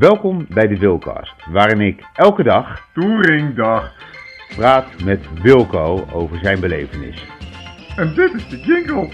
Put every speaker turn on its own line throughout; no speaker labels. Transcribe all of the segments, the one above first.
Welkom bij de Wilcast, waarin ik elke dag,
Touringdag.
praat met Wilco over zijn belevenissen.
En dit is de jingle.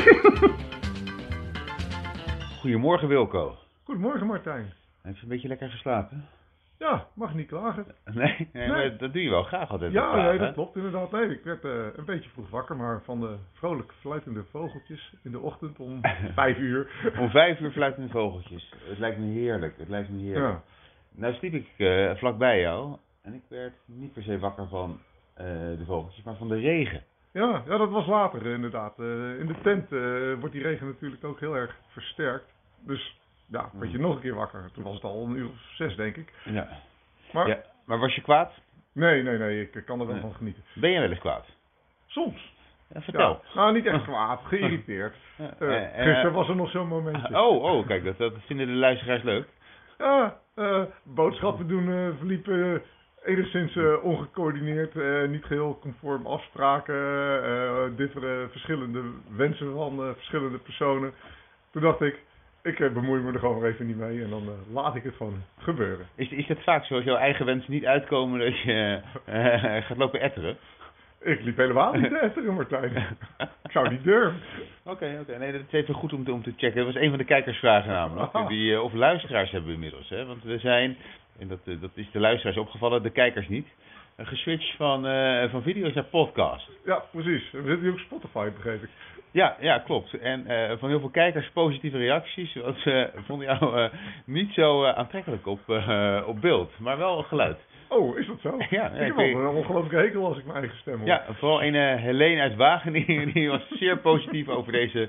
Goedemorgen Wilco.
Goedemorgen Martijn.
Heb je een beetje lekker geslapen?
Ja, mag niet klagen.
Nee. Maar dat doe je wel graag altijd.
Ja,
klagen,
dat klopt inderdaad. Nee, ik werd een beetje vroeg wakker, maar van de vrolijk fluitende vogeltjes in de ochtend om 5 uur.
Om 5 uur fluitende vogeltjes. Het lijkt me heerlijk.
Ja.
Nou sliep ik vlakbij jou en ik werd niet per se wakker van de vogeltjes, maar van de regen.
Ja, dat was later inderdaad. In de tent wordt die regen natuurlijk ook heel erg versterkt. Dus ja, werd je nog een keer wakker. Toen was het al 1 uur of 6 denk ik.
Ja.
Maar,
Maar was je kwaad?
Nee, ik kan er wel van genieten.
Ben je wel eens kwaad?
Soms.
Ja, vertel.
Ja, nou, niet echt kwaad, geïrriteerd. Gisteren was er nog zo'n momentje.
Oh, kijk, dat vinden de luisteraars leuk.
Ja, boodschappen doen verliepen enigszins ongecoördineerd, niet geheel conform afspraken, verschillende wensen van verschillende personen. Toen dacht ik bemoei me er gewoon even niet mee en dan laat ik het gewoon gebeuren.
Is het vaak zo als jouw eigen wensen niet uitkomen dat je gaat lopen etteren?
Ik liep helemaal niet te etteren, Martijn. Ik zou niet durven.
Oké. Nee, dat is even goed om te checken. Dat was een van de kijkersvragen namelijk. Die of luisteraars hebben we inmiddels. Hè? Want we zijn, en dat is de luisteraars opgevallen, de kijkers niet, geswitcht van video's naar podcast.
Ja, precies. We zitten hier op Spotify, begreep ik.
Ja, klopt. En van heel veel kijkers positieve reacties. Want ze vonden jou niet zo aantrekkelijk op beeld, maar wel geluid.
Oh, is dat zo?
Ja,
ik heb wel een ongelooflijke hekel als ik mijn eigen stem hoor.
Ja, vooral een Helene uit Wageningen, die was zeer positief over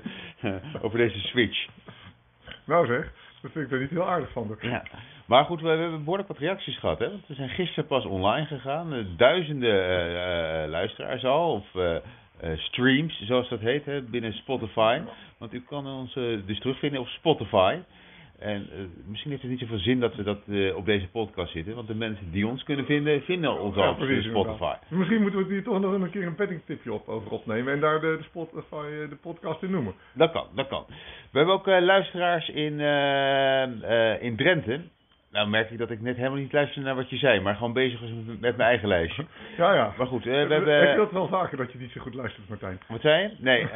deze switch.
Nou zeg, dat vind ik er niet heel aardig van.
Ja. Maar goed, we hebben behoorlijk wat reacties gehad. Hè? Want we zijn gisteren pas online gegaan. Duizenden luisteraars al, of streams, zoals dat heet, hè, binnen Spotify. Want u kan ons dus terugvinden op Spotify. En misschien heeft het niet zoveel zin dat we dat op deze podcast zitten. Want de mensen die ons kunnen vinden, vinden ons al op Spotify.
Misschien moeten we hier toch nog een keer een bettingtipje over opnemen. En daar de Spotify de podcast in noemen.
Dat kan. We hebben ook luisteraars in Drenthe. Nou merk ik dat ik net helemaal niet luister naar wat je zei. Maar gewoon bezig was met mijn eigen lijstje.
Ja.
Maar goed,
Ik wil het wel vaker dat je niet zo goed luistert, Martijn.
Wat zei je? Nee.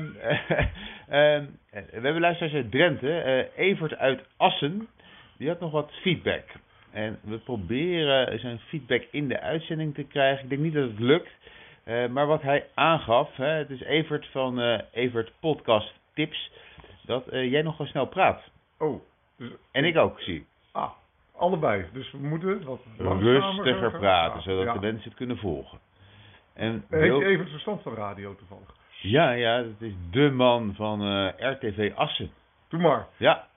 We hebben luisteraars uit Drenthe. Evert uit Assen. Die had nog wat feedback. En we proberen zijn feedback in de uitzending te krijgen. Ik denk niet dat het lukt. Maar wat hij aangaf. Het is Evert van Evert Podcast Tips. Dat jij nog wel snel praat.
Oh. Dus,
en ik ook, zie ik.
Allebei. Dus we moeten wat
rustiger praten, zodat de mensen het kunnen volgen. En
heeft je even het verstand van radio toevallig?
Ja, dat is de man van RTV Assen.
Doe maar.
Ja.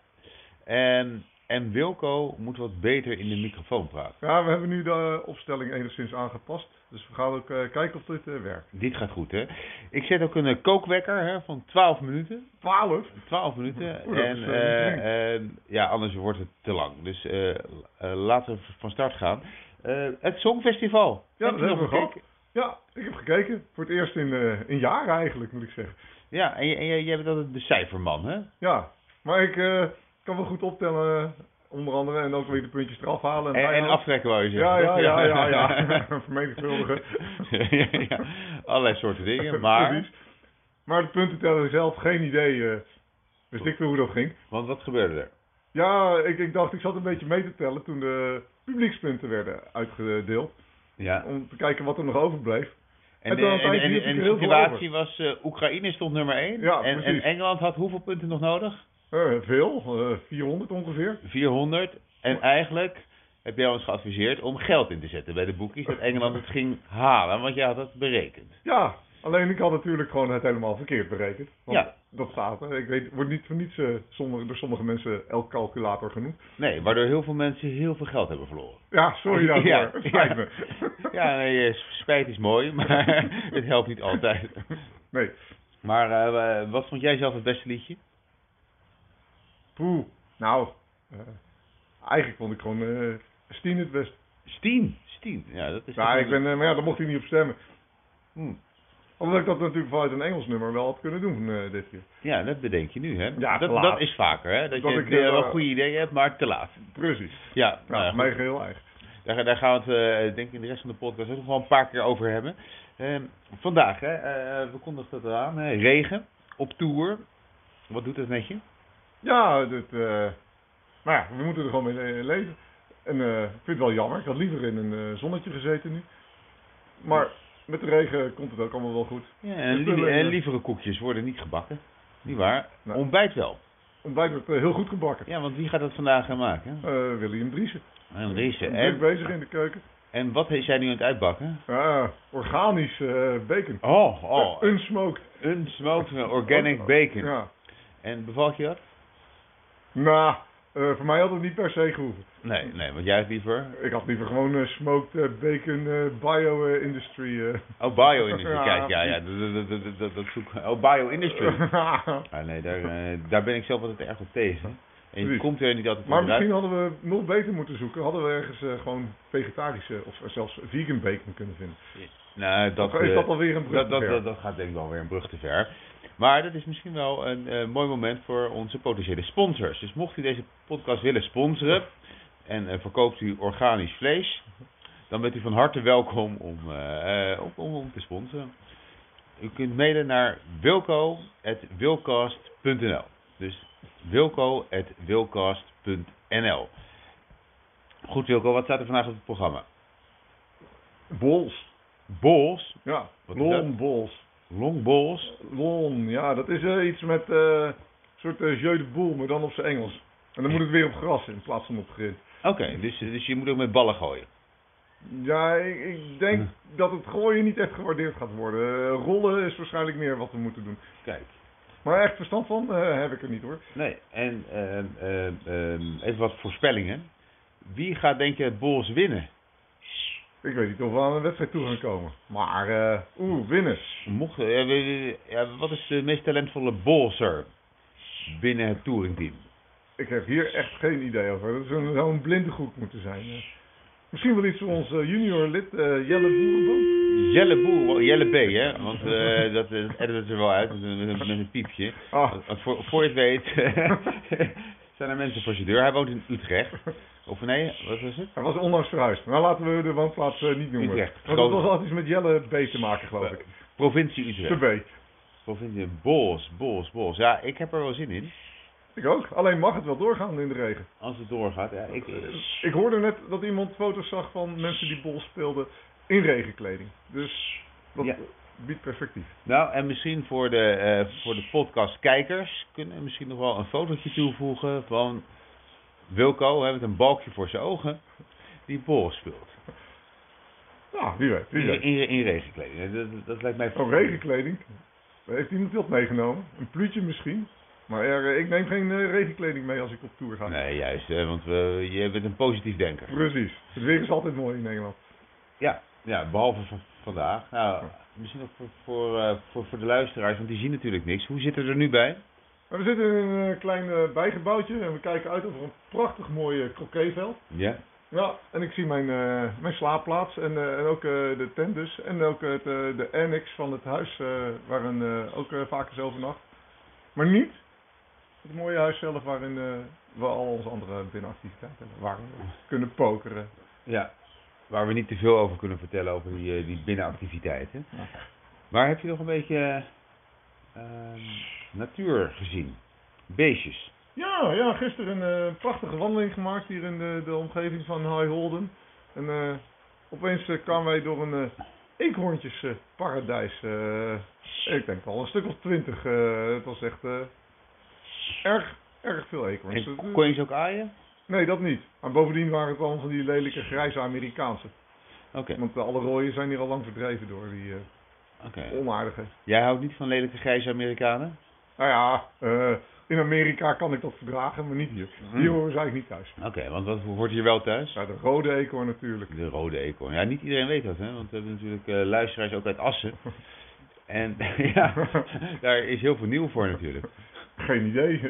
En Wilco moet wat beter in de microfoon praten.
Ja, we hebben nu de opstelling enigszins aangepast. Dus we gaan ook kijken of dit werkt.
Dit gaat goed, hè. Ik zet ook een kookwekker van 12 minuten.
12?
12 minuten. Anders wordt het te lang. Dus laten we van start gaan. Het Songfestival.
Ja, dat hebben we gehad. Ja, ik heb gekeken. Voor het eerst in jaren eigenlijk, moet ik zeggen. Ja,
en jij bent altijd de cijferman, hè?
Ja, maar ik kan wel goed optellen, onder andere, en ook weer de puntjes eraf halen.
En aftrekken, wou je zeggen.
Ja. Vermenigvuldigen.
Ja, allerlei soorten dingen, maar...
Maar de punten tellen zelf, geen idee. Wist ik hoe dat ging.
Want wat gebeurde er?
Ja, ik dacht, ik zat een beetje mee te tellen toen de publiekspunten werden uitgedeeld.
Ja.
Om te kijken wat er nog overbleef.
En de situatie was, Oekraïne stond nummer 1. Ja, en Engeland had hoeveel punten nog nodig?
Veel, 400 ongeveer.
400. En eigenlijk heb jij ons geadviseerd om geld in te zetten bij de boekies, dat Engeland het ging halen, want jij had dat berekend.
Ja, alleen ik had natuurlijk gewoon het helemaal verkeerd berekend. Want dat staat er. Ik weet, wordt niet voor niets door sommige mensen elk calculator genoemd.
Nee, waardoor heel veel mensen heel veel geld hebben verloren.
Ja, sorry daarvoor. Het spijt me.
Ja, nee, spijt is mooi, maar het helpt niet altijd.
Nee.
Maar wat vond jij zelf het beste liedje?
Eigenlijk vond ik gewoon Steen het best.
Steen? Ja, dat is...
Ja, maar daar mocht hij niet op stemmen. Omdat ik dat natuurlijk vanuit een Engels nummer wel had kunnen doen dit keer.
Ja, dat bedenk je nu, hè?
Ja,
dat is vaker, hè? Dat je wel goede ideeën hebt, maar te laat.
Precies.
Ja,
Nou, mij geheel eigen.
Daar gaan we het, denk ik, in de rest van de podcast ook nog wel een paar keer over hebben. Vandaag, hè, we kondigden het aan, hè, regen op tour. Wat doet dat met je?
Ja, maar ja, we moeten er gewoon mee leven. En ik vind het wel jammer. Ik had liever in een zonnetje gezeten nu. Maar met de regen komt het ook allemaal wel goed.
Ja, en lievere koekjes worden niet gebakken. Niet waar?
Nou,
Ontbijt wel.
Ontbijt wordt heel goed gebakken.
Ja, want wie gaat dat vandaag gaan maken?
William Driessen.
Willem Driessen.
En bezig in de keuken.
En wat is jij nu aan het uitbakken?
Organisch bacon.
Oh.
Unsmoked.
Unsmoked organic bacon.
Ja.
En bevalt je dat?
Nou, voor mij had het niet per se gehoeven.
Nee, want jij hebt liever?
Ik had liever gewoon smoked bacon bio-industry.
Oh, bio-industry. Kijk, ja, dat zoek. Oh, bio-industry. Nee, daar ben ik zelf altijd erg op tegen. En je komt er niet altijd
maar misschien hadden we nog beter moeten zoeken. Hadden we ergens gewoon vegetarische of zelfs vegan bacon kunnen vinden.
Nou,
is dat alweer een brug te ver?
Dat gaat denk ik wel weer een brug te ver. Maar dat is misschien wel een mooi moment voor onze potentiële sponsors. Dus mocht u deze podcast willen sponsoren en verkoopt u organisch vlees, dan bent u van harte welkom om te sponsoren. U kunt mailen naar wilco@wilcast.nl. Dus wilco@wilcast.nl. Goed Wilco, wat staat er vandaag op het programma? Bols?
Ja,
longbols. Longbols?
Long, ja, dat is iets met een soort jeu de boule, maar dan op zijn Engels. En dan moet het weer op gras in plaats van op grind.
Oké, dus je moet ook met ballen gooien?
Ja, ik denk dat het gooien niet echt gewaardeerd gaat worden. Rollen is waarschijnlijk meer wat we moeten doen.
Kijk.
Maar echt verstand van heb ik er niet hoor.
Nee, en even wat voorspellingen. Wie gaat denk je het Bols winnen?
Ik weet niet of we aan een wedstrijd toe gaan komen. Maar, winnen.
Wat is de meest talentvolle bolser binnen het touringteam?
Ik heb hier echt geen idee over. Dat zou een blinde groep moeten zijn. Misschien wel iets voor ons junior lid, Jelle Boerenboom.
Jelle B, hè? Want dat edit het er wel uit met een piepje. Voor je het weet zijn er mensen voor zijn deur. Hij woont in Utrecht. Of nee, wat was het?
Hij was onlangs verhuisd. Nou, laten we de woonplaats niet noemen.
Utrecht.
Want dat was altijd iets met Jelle B te maken, geloof ik.
Provincie Utrecht.
De B.
Provincie Bols. Ja, ik heb er wel zin in.
Ik ook. Alleen mag het wel doorgaan in de regen.
Als het doorgaat, ja.
Ik hoorde net dat iemand foto's zag van mensen die Bols speelden in regenkleding. Dus dat biedt perspectief.
Nou, en misschien voor de podcastkijkers kunnen we misschien nog wel een fotootje toevoegen van Wilco, met een balkje voor zijn ogen, die Bols speelt.
Ja, wie weet.
In regenkleding. Dat lijkt mij...
Oh, regenkleding? Heeft iemand wat meegenomen? Een pluutje misschien? Maar ik neem geen regenkleding mee als ik op tour ga.
Nee, juist, want je bent een positief denker.
Precies. Het weer is altijd mooi in Nederland.
Ja, behalve vandaag. Nou, misschien ook voor de luisteraars, want die zien natuurlijk niks. Hoe zitten we er nu bij?
We zitten in een klein bijgebouwtje en we kijken uit over een prachtig mooi croquetveld.
Ja.
Ja, en ik zie mijn slaapplaats en ook de tent dus. En ook de annex van het huis waarin ook vaak is overnacht. Maar niet het mooie huis zelf waarin we al onze andere binnenactiviteiten hebben. Waar we kunnen pokeren.
Ja, waar we niet te veel over kunnen vertellen over die binnenactiviteiten. Ja. Maar heb je nog een beetje natuur gezien? Beestjes?
Ja, gisteren een prachtige wandeling gemaakt hier in de omgeving van High Holden. En opeens kwamen wij door een eekhoorntjesparadijs. Ik denk al een stuk of 20. Het was echt erg veel eekhoorns.
En kon je ze ook aaien?
Nee, dat niet. Maar bovendien waren het allemaal van die lelijke grijze Amerikaanse.
Oké.
Want alle rooien zijn hier al lang verdreven door die onaardige.
Jij houdt niet van lelijke grijze Amerikanen?
Nou ja, in Amerika kan ik dat verdragen, maar niet hier. Hier horen ze eigenlijk niet thuis.
Oké, want wat hoort hier wel thuis?
Ja, de rode eekhoorn natuurlijk.
De rode eekhoorn. Ja, niet iedereen weet dat, hè? Want we hebben natuurlijk luisteraars ook uit Assen. En ja, daar is heel veel nieuw voor natuurlijk.
Geen idee.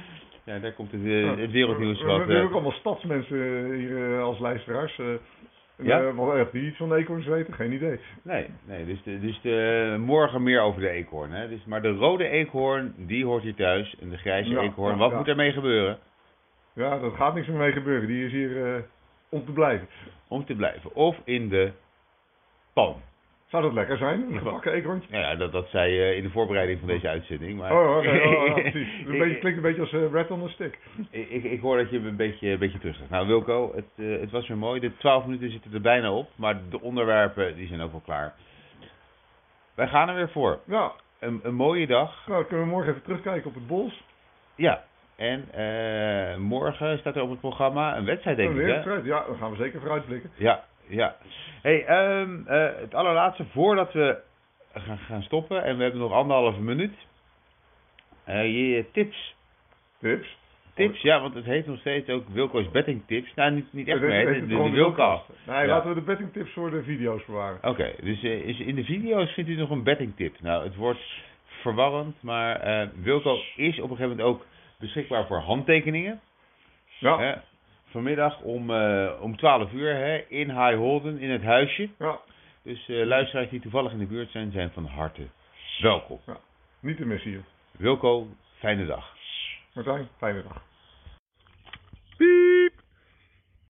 Ja, daar komt het wereldnieuws wat.
We hebben ook allemaal stadsmensen hier als luisteraars.
Ja?
Wat echt die iets van de eekhoorns weten, geen idee.
Nee, dus morgen meer over de eekhoorn. Hè? Dus, maar de rode eekhoorn, die hoort hier thuis. En de grijze eekhoorn, wat moet ermee gebeuren?
Ja, dat gaat niks meer mee gebeuren. Die is hier om te blijven.
Om te blijven. Of in de pan.
Zou dat lekker zijn, een gebakken eekhoorntje?
Ja, dat zei je in de voorbereiding van deze uitzending. Maar
Precies. Klinkt een beetje als Red on a Stick.
Ik hoor dat je een beetje terug gaat. Nou Wilco, het was weer mooi. De 12 minuten zitten er bijna op. Maar de onderwerpen die zijn ook wel klaar. Wij gaan er weer voor.
Ja.
Een mooie dag.
Nou, dan kunnen we morgen even terugkijken op het Bols.
Ja. En morgen staat er op het programma een wedstrijd, denk ik.
Een wedstrijd, ja. Dan gaan we zeker vooruitblikken.
Ja. Hey, het allerlaatste, voordat we gaan stoppen, en we hebben nog 1,5 minuut. Je tips. Tips, ja, want het heet nog steeds ook Wilco's Betting Tips. Nou, niet echt meer, de Wilco.
Nee, laten we de betting tips voor de video's bewaren.
Oké, dus in de video's vindt u nog een betting tip. Nou, het wordt verwarrend, maar Wilco is op een gegeven moment ook beschikbaar voor handtekeningen.
Ja.
Vanmiddag om 12 uur in High Holden, in het huisje.
Ja.
Dus luisteraars die toevallig in de buurt zijn van harte welkom.
Ja. Niet te missen hier.
Wilco, fijne dag.
Martijn, fijne dag.